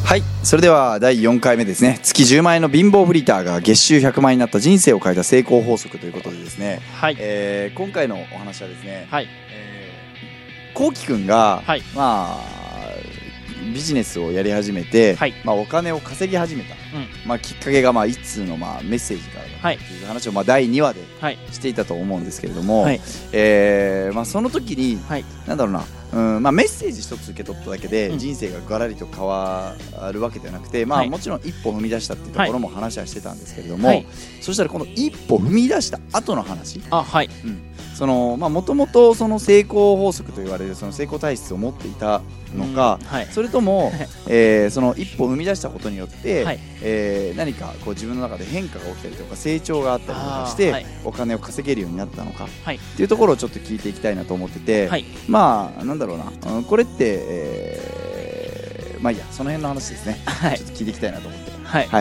はい、それでは第4回目ですね。月10万円の貧乏フリーターが月収100万円になった人生を変えた成功法則ということでですね、 はい、 今回のお話はですね、 はい、 こうきくんが、 はい、 まあビジネスをやり始めて、 はい、 お金を稼ぎ始めた、きっかけが一通のメッセージからだったという話を第2話でしていたと思うんですけれども、その時に、なんだろうな、メッセージ一つ受け取っただけで人生がガラリと変わるわけではなくて、もちろん一歩踏み出したっていうところも話はしてたんですけれども、そしたらこの一歩踏み出した後の話、もともとその成功法則と言われるその成功体質を持っていたのか、それとも、その一歩踏み出したことによって、何かこう自分の中で変化が起きたりとか成長があったりとかして、お金を稼げるようになったのか、っていうところをちょっと聞いていきたいなと思ってて、なんだろうな、これって、いやその辺の話ですね、ちょっと聞いていきたいなと思って。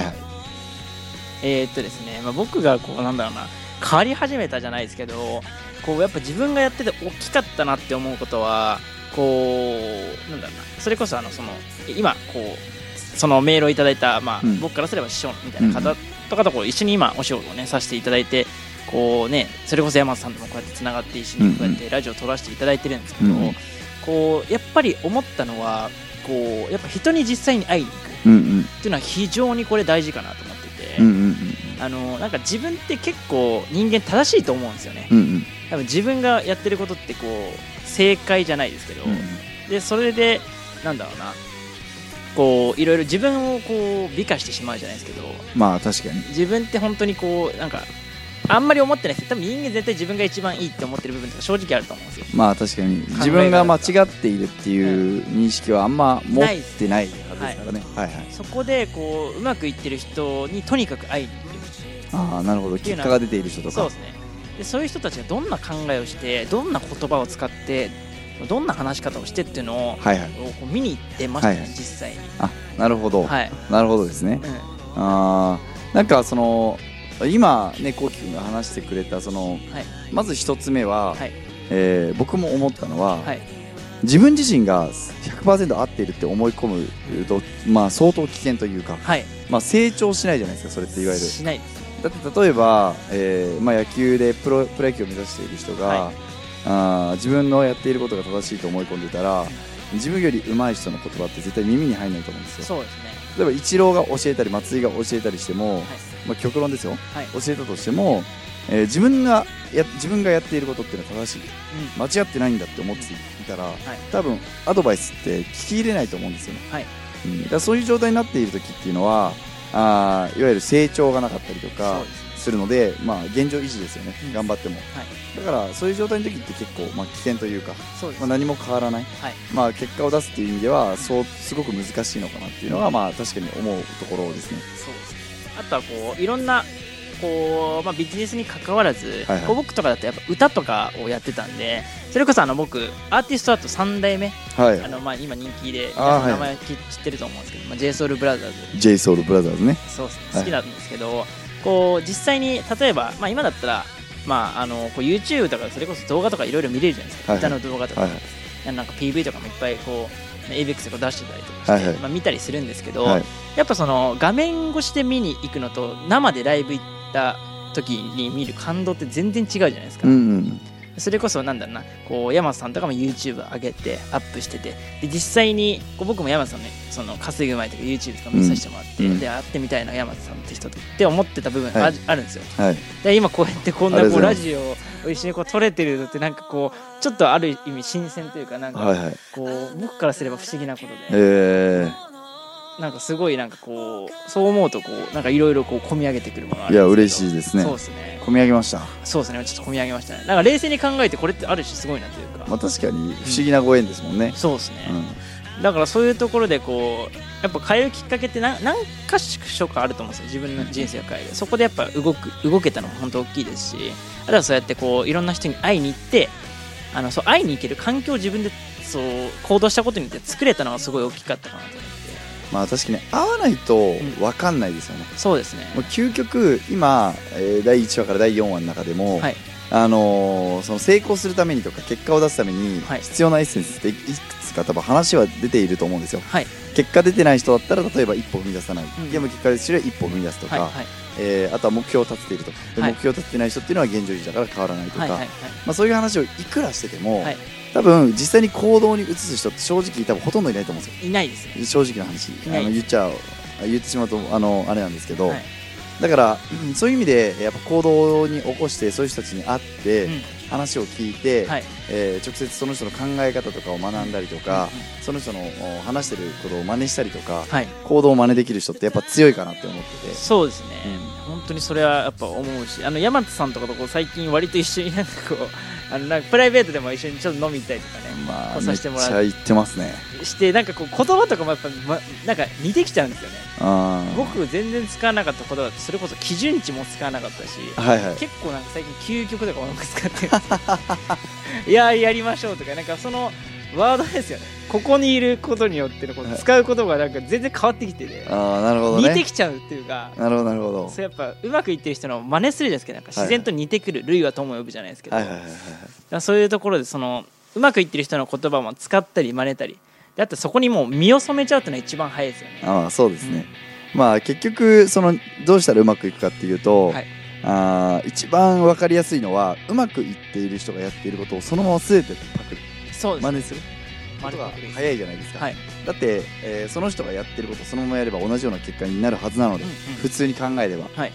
ですね、僕がこうなんだろうな、変わり始めたじゃないですけど、こうやっぱ自分がやってて大きかったなって思うことは、こうなんだろうな、それこそ今こうそのメールをいただいた、僕からすれば師匠みたいな方とかとこう一緒に今お仕事をねさせていただいて、こうね、それこそ山田さんともこうやってつながって一緒にこうやってラジオを撮らせていただいてるんですけど、こうやっぱり思ったのは、こうやっぱ人に実際に会いに行くっていうのは非常にこれ大事かなと思ってて、なんか自分って結構人間正しいと思うんですよね。多分自分がやってることってこう正解じゃないですけど、でそれでなんだろうな、こういろいろ自分をこう美化してしまうじゃないですけど、 確かに自分って本当にこうなんかあんまり思ってないですけど、多分人間絶対自分が一番いいって思ってる部分って正直あると思うんですよ。 確かに自分が間違っているっていう認識はあんま持ってないはずですからね。 そこでこううまくいってる人にとにかく会いに行く。 なるほど。結果が出ている人とか。 そうですね。でそういう人たちがどんな考えをして、どんな言葉を使って、どんな話し方をしてっていうのを、こう見に行ってましたね、実際に。 なるほど、なるほどですね。なんかその今ね、こうきくんが話してくれたその、まず一つ目は、僕も思ったのは、自分自身が 100% 合っているって思い込むと、相当危険というか、成長しないじゃないですか、それっていわゆる。 しないです。 だって例えば、野球でプロ野球を目指している人が、自分のやっていることが正しいと思い込んでたら、自分より上手い人の言葉って絶対耳に入らないと思うんですよ。 そうですね。 例えばイチローが教えたり松井が教えたりしても、極論ですよ、教えたとしても、自分がやっていることっていうのは正しい、間違ってないんだって思っていたら、多分アドバイスって聞き入れないと思うんですよね。だからそういう状態になっている時っていうのは、いわゆる成長がなかったりとかするので、現状維持ですよね、頑張っても。だからそういう状態の時って結構危険というか、何も変わらない、結果を出すっていう意味ではすごく難しいのかなっていうのは、確かに思うところですね。 あとはこういろんなこう、ビジネスに関わらず、僕とかだとやっぱ歌とかをやってたんで、それこそ僕アーティストだと3代目、今人気で皆さん名前知ってると思うんですけど、 JSOULBROTHERS ね。 そうですね、好きなんですけど、こう実際に例えば、今だったらこう YouTube とかそれこそ動画とかいろいろ見れるじゃないですか、歌の動画とか、なんか PV とかもいっぱいこう ABEX とか出してたりとかして、見たりするんですけど、やっぱその画面越しで見に行くのと生でライブ行った時に見る感動って全然違うじゃないですか。それこそなんだろうな、こう山田さんとかも YouTube 上げてアップしてて、で実際にこう僕も山田さんね、その稼ぐ前とか YouTube とか見させてもらって、で会ってみたいな山田さんって人とって思ってた部分あるんですよ。で今こうやってこんなこうラジオを一緒にこう撮れてるのってなんかこうちょっとある意味新鮮というか、なんかこう僕からすれば不思議なことで、なんかすごいなんかこうそう思うとこうなんかいろいろこう込み上げてくるものがあるんですけど。 いや嬉しいですね。 そうですね。 込み上げました。 そうですね。ちょっと込み上げましたね。なんか冷静に考えてこれってある種すごいなというか。 確かに不思議なご縁ですもんね。 そうですね。だからそういうところでこうやっぱ変えるきっかけって何か所かあると思うんですよ。自分の人生を変える。そこでやっぱ動けたのも本当大きいですし、あとはそうやってこういろんな人に会いに行って、そう会いに行ける環境を自分でそう行動したことによって作れたのがすごい大きかったかなと思って。 確かに会わないと分かんないですよね。 そうですね。 もう究極今、第1話から第4話の中でも、 その成功するためにとか結果を出すために必要なエッセンスっていくつか多分話は出ていると思うんですよ、はい、結果出てない人だったら例えば一歩踏み出さない、でも結果ですれば一歩踏み出すとか、はいはい、あとは目標を立てているとか、はい、目標を立ててない人っていうのは現状維持だから変わらないとか、はいはいはい、まあ、そういう話をいくらしてても、はい、多分実際に行動に移す人って正直多分ほとんどいないと思うんですよ。 いないですね、 正直な話。言ってしまうとあれなんですけど、はい、だから、そういう意味でやっぱ行動に起こしてそういう人たちに会って、話を聞いて、はい、直接その人の考え方とかを学んだりとか、その人の話してることを真似したりとか、はい、行動を真似できる人ってやっぱ強いかなって思ってて。 そうですね、本当にそれはやっぱ思うし、山田さんとかとこう最近割と一緒になんかこうなんかプライベートでも一緒にちょっと飲み行ったりとかね、 まあ、めっちゃ言ってますね。 してなんかこう言葉とかもやっぱ、なんか似てきちゃうんですよね。僕全然使わなかった言葉、それこそ基準値も使わなかったし、はいはい、結構なんか最近究極とか音楽使ってるんですいやりましょうとか、なんかそのワードですよね、ここにいることによってのこの使うことがなんか全然変わってきてて、 なるほどね、 似てきちゃうっていうか、 なるほどなるほど、 それやっぱうまくいってる人の真似するじゃないですか、なんか自然と似てくる、類は友を呼ぶじゃないですけど、そういうところでそのうまくいってる人の言葉も使ったり真似たり、だってそこにもう身を染めちゃうっていうのが一番早いですよね。 そうですね、まあ結局そのどうしたらうまくいくかっていうと、はい、一番分かりやすいのはうまくいっている人がやっていることをそのまま全てパクる、そうです、真似することが早いじゃないですか、はい、だって、その人がやってることをそのままやれば同じような結果になるはずなので、普通に考えれば、はい、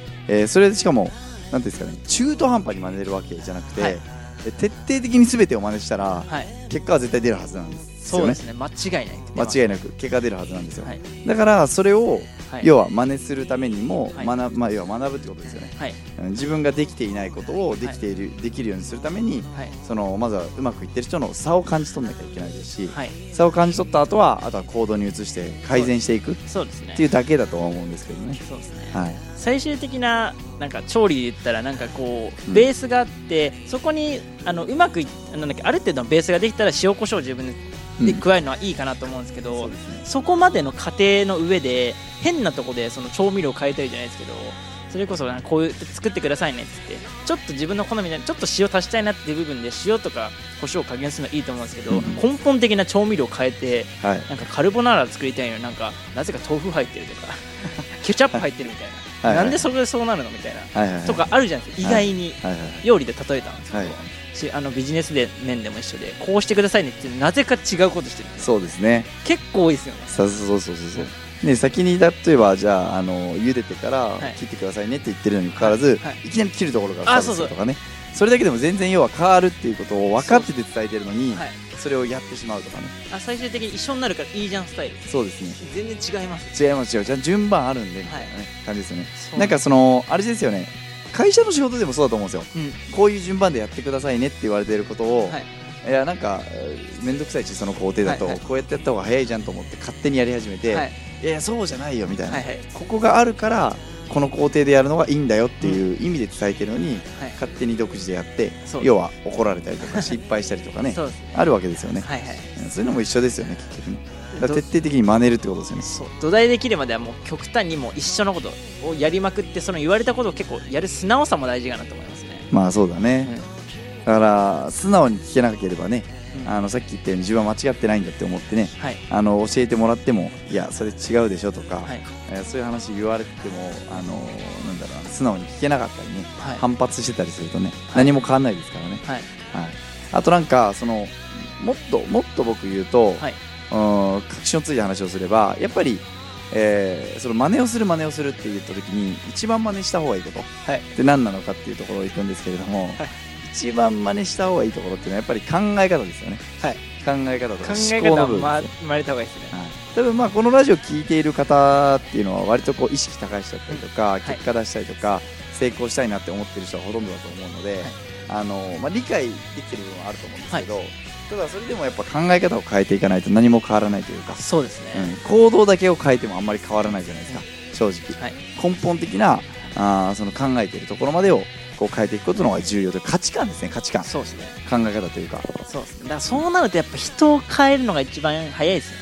それでしかもなんていうんですかね、中途半端に真似れるわけじゃなくて、はい、徹底的に全てを真似したら、はい、結果は絶対出るはずなんですよね。 そうですね、間違いない、 間違いなく結果が出るはずなんですよ、はい、だからそれを、はい、要は真似するためにも、はい、要は学ぶってことですよね、はい、自分ができていないことをできるようにするために、はい、まずはうまくいってる人の差を感じ取らなきゃいけないですし、はい、差を感じ取った後は行動に移して改善していくっていうだけだとは思うんですけどね。 そうですね、はい、最終的ななんか調理で言ったらなんかこうベースがあって、そこにうまくある程度のベースができたら塩コショウを自分で加えるのはいいかなと思うんですけど、そこまでの過程の上で変なとこでその調味料を変えたりじゃないですけど、それこそこういう作ってくださいねって言ってちょっと自分の好みでちょっと塩足したいなっていう部分で塩とか胡椒を加減するのはいいと思うんですけど、根本的な調味料を変えて、なんかカルボナーラ作りたいのになぜか豆腐入ってるとかケチャップ入ってるみたいななんでそれでそうなるのみたいなとかあるじゃないですか。意外に料理で例えたんですけど、ビジネスで面でも一緒でこうしてくださいねってなぜか違うことしてる。 そうですね、 結構多いですよね。 そうね、先に例えばじゃあ茹でてから切ってくださいねって言ってるのにもかかわらず、いきなり切るところからスタートするとかね、それだけでも全然要は変わるっていうことを分かってて伝えてるのに、それをやってしまうとかね。 最終的に一緒になるからいいじゃんスタイル。 そうですね、 全然違います。 じゃあ順番あるんでみたいな感じですよね。なんかあれですよね、会社の仕事でもそうだと思うんですよ、こういう順番でやってくださいねって言われてることを、いやなんか面倒くさいしその工程だとこうやってやった方が早いじゃんと思って勝手にやり始めて、いやそうじゃないよみたいな、ここがあるからこの工程でやるのがいいんだよっていう意味で伝えてるのに、勝手に独自でやって、要は怒られたりとか失敗したりとかねあるわけですよね。そういうのも一緒ですよね、結局ね。徹底的に真似るってことですよね。 そう、土台できるまではもう極端にもう一緒のことをやりまくって、その言われたことを結構やる素直さも大事かなと思いますね。 まあそうだね、だから素直に聞けなければね、さっき言ったように自分は間違ってないんだって思ってね、教えてもらってもいやそれ違うでしょとか、そういう話言われてもなんだろうな、素直に聞けなかったりね、反発してたりするとね、何も変わんないですからね。あとなんかもっと僕言うと、確信をついた話をすればやっぱり、その真似をするって言った時に一番真似した方がいいことって何なのかっていうところを行くんですけれども、一番真似した方がいいところっていうのはやっぱり考え方ですよね。考え方とか思考の部分ですね。 生まれた方がいいですね。 多分このラジオ聞いている方っていうのは割と意識高い人だったりとか、結果出したりとか成功したいなって思ってる人はほとんどだと思うので、理解できてる部分はあると思うんですけど、ただそれでもやっぱ考え方を変えていかないと何も変わらないというか。 そうですね、 行動だけを変えてもあんまり変わらないじゃないですか、正直。根本的なその考えているところまでを変えていくことの方が重要で、価値観ですね、価値観。そうですね、考え方というか。 そうですね、だからそうなるとやっぱ人を変えるのが一番早いですよね。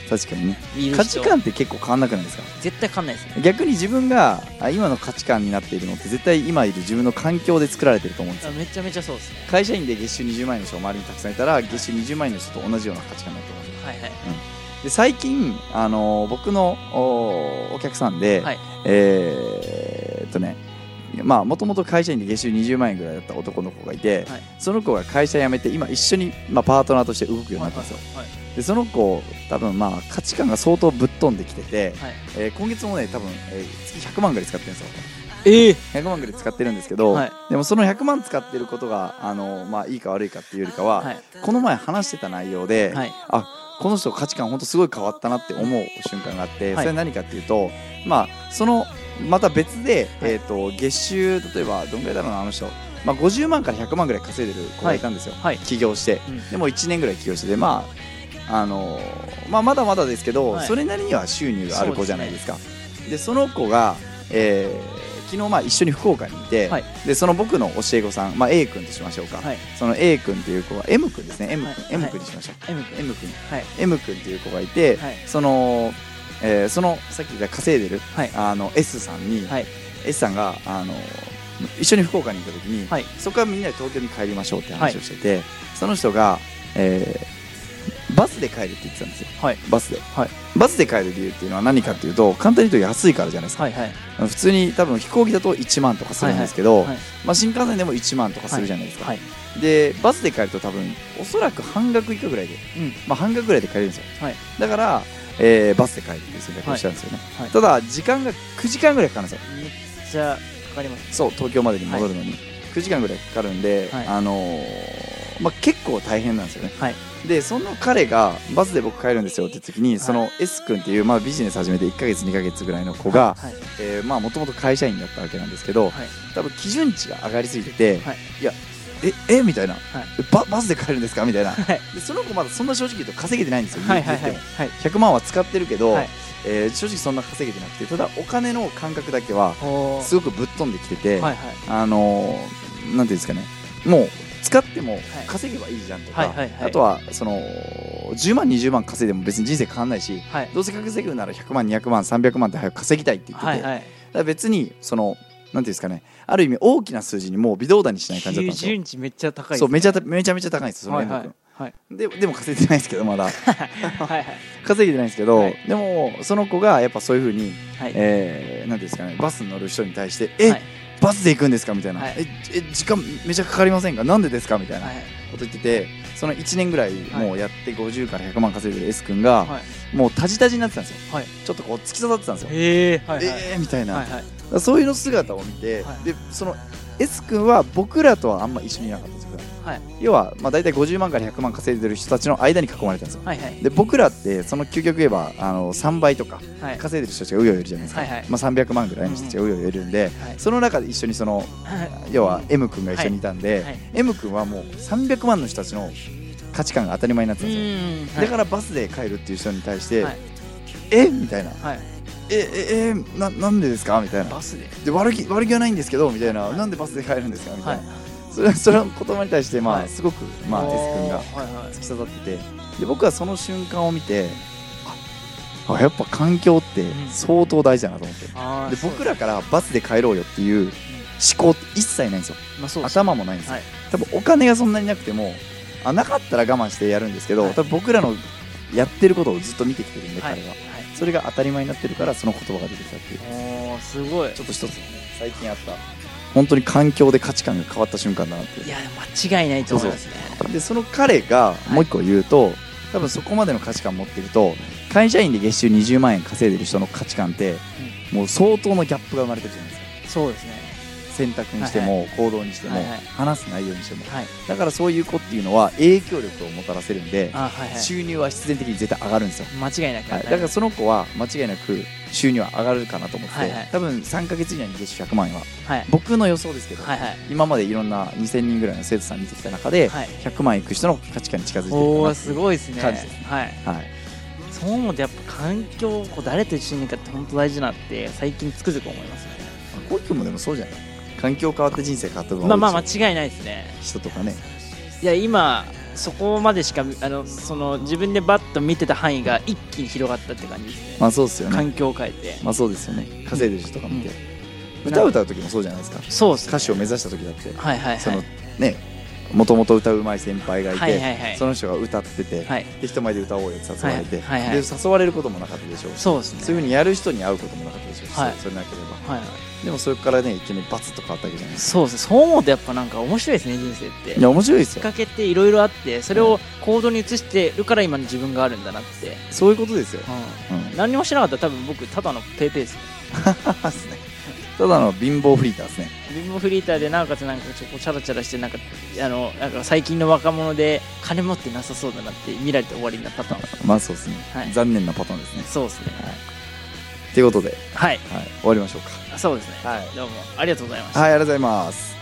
確かにね。価値観って結構変わんなくないですか？ 絶対変わんないですね。 逆に自分が今の価値観になっているのって絶対今いる自分の環境で作られてると思うんですよ。 めちゃめちゃそうですね。 会社員で月収20万円の人が周りにたくさんいたら月収20万円の人と同じような価値観になってます。 はいはい。 で最近、僕のお客さんで、はい、まあもともと会社員で月収20万円ぐらいだった男の子がいて、はい、その子が会社辞めて今一緒に、パートナーとして動くようになったんですよ。はいはいはい、でその子多分価値観が相当ぶっ飛んできてて、はい、今月もね多分、月100万ぐらい使ってるんですよ。100万ぐらい使ってるんですけど、はい、でもその100万使ってることがいいか悪いかっていうよりかは、はい、この前話してた内容で、はい、この人価値観本当すごい変わったなって思う瞬間があって、はい、それは何かっていうと、そのまた別で、月収例えばどんぐらいだろうな人、50万から100万ぐらい稼いでる子がいたんですよ、はい、起業して、でも1年ぐらい起業しててまだまだですけど、はい、それなりには収入がある子じゃないですか。でその子が、昨日一緒に福岡にいて、はい、でその僕の教え子さん、A 君としましょうか、はい、その A 君っていう子が M 君ですね、 M 君にしましょう、M 君っていう子がいて、はい、そのさっき言った稼いでる、はい、S さんに、はい、S さんが一緒に福岡に行った時に、はい、そこからみんなで東京に帰りましょうって話をしてて、はい、その人が、バスで帰るって言ってたんですよ、はい、バスで帰る理由っていうのは何かっていうと、簡単に言うと安いからじゃないですか、はいはい、普通に多分飛行機だと1万とかするんですけど、はいはいはい、新幹線でも1万とかするじゃないですか、はいはい、でバスで帰ると多分おそらく半額以下ぐらいで、半額ぐらいで帰れるんですよ、はい、だから、バスで帰るっていう選択をしたんですよね、はいはい、ただ時間が9時間ぐらいかかるんですよ。 めっちゃかかります、ね、 そう、東京までに戻るのに、はい、9時間ぐらいかかるんで、はい、結構大変なんですよね、はい、でその彼がバスで僕帰るんですよって時に、はい、その S 君っていう、ビジネス始めて1ヶ月2ヶ月ぐらいの子がもともと会社員だったわけなんですけど、はい、多分基準値が上がりすぎてて、はい、いやみたいな、はい、バスで帰るんですかみたいな、はい、でその子まだそんな正直言うと稼げてないんですよ、言っても、100万は使ってるけど、はい、正直そんな稼げてなくて、ただお金の感覚だけはすごくぶっ飛んできてて、はいはい、なんていうんですかね、もう使っても稼げばいいじゃんとか、あとはその10万20万稼いでも別に人生変わんないし、はい、どうせ稼ぐなら100万200万300万って早く稼ぎたいって言ってて、はいはい、だから別にそのなんていうんですかね、ある意味大きな数字にもう微動だにしない感じだったんですよ。基準値めっちゃ高いですね。そう、めちゃめちゃ高いんですよ、その M 君、はい、でも稼いでないですけどまだはい、はい、稼いでないんですけど、はい、でもその子がやっぱそういう風に、はい、なんていうんですかね、バスに乗る人に対してはい、バスで行くんですかみたいな、はい、時間めちゃかかりませんか、なんでですかみたいなこと言ってて、その1年ぐらいもうやって50から100万稼いでる S 君が、はい、もうタジタジになってたんですよ、はい、ちょっとこう突き刺さってたんですよ、みたいな、はいはい、そういうの姿を見て、はい、でその S 君は僕らとはあんま一緒にいなかったんですよ、はい、要は大体50万から100万稼いでる人たちの間に囲まれてたんですよ、はいはい、で僕らってその究極言えば3倍とか稼いでる人たちがうよいるじゃないですか、はいはい、300万ぐらいの人たちがうよいるんで、はい、その中で一緒にその要は M 君が一緒にいたんで、はいはい、M 君はもう300万の人たちの価値観が当たり前になってたんですよ、はい、だからバスで帰るっていう人に対して、はい、みたいな、はい、なんでですかみたいな、バスで悪気はないんですけどみたいな、はい、なんでバスで帰るんですかみたいな、はい、その言葉に対して、すごく、S 君が突き刺さってて、で僕はその瞬間を見て、やっぱ環境って相当大事だなと思って、で僕らからバスで帰ろうよっていう思考って一切ないんですよ、頭もないんですよ、はい、多分お金がそんなになくてもなかったら我慢してやるんですけど、はい、多分僕らのやってることをずっと見てきてるんで、彼は、はい、それが当たり前になってるからその言葉が出てきたっていう、 すごい、 ちょっと一つ最近あった本当に環境で価値観が変わった瞬間だなって。 いや間違いないと思いますね。 でその彼がもう一個言うと、はい、多分そこまでの価値観を持っていると会社員で月収20万円稼いでる人の価値観って、もう相当のギャップが生まれてるじゃないですか。 そうですね、 選択にしても、行動にしても、話す内容にしても、だからそういう子っていうのは影響力をもたらせるんで、収入は必然的に絶対上がるんですよ、 間違いなく、 だからその子は間違いなく収入は上がるかなと思って、多分3ヶ月以内に月収100万円は、僕の予想ですけど、今までいろんな2000人ぐらいの生徒さん見てきた中で、100万円いく人の価値観に近づいてるかなっていう感じですね。すごいですね。はい、 そう思うとやっぱ環境を誰と一緒にいるかって本当大事なって最近つくづく思いますね。 こういうもでもそうじゃない、環境変わって人生変わった部分間違いないですね。 人とかね。 いや今そこまでしかその自分でバッと見てた範囲が一気に広がったって感じですね。 まあそうですよね。 環境を変えて。 まあそうですよね。稼いでる人とか見て、歌う時もそうじゃないですか。 そうですね。 歌手を目指した時だって、 はいはいはい、 そのね、もともと歌うまい先輩がいて、 はいはいはい、 その人が歌ってて、 はい、 で人前で歌おうよって誘われて、 はいはいはい、 で誘われることもなかったでしょうし、 そうですね、 そういうふうにやる人に会うこともなかったでしょうし、 はい、 それなければ、 はいはい、 でもそれからね、いきなりバツッと変わったわけじゃないですか。 そうです。そう思うとやっぱなんか面白いですね、人生って。 いや面白いですよ。 きっかけっていろいろあって、それを行動に移してるから今の自分があるんだなって。 そういうことですよ。 何にもしなかったら多分僕ただのペーペーですね。 ただの貧乏フリーターですね。 貧乏フリーターで、なおかつなんかチャラチャラして、なんか最近の若者で金持ってなさそうだなって見られて終わりなパターン。 まあそうですね、はい、残念なパターンですね。 そうですね、はい、 ということで、 はい、 はい、終わりましょうか。 そうですね、 はい、 どうもありがとうございました。 はい、ありがとうございます。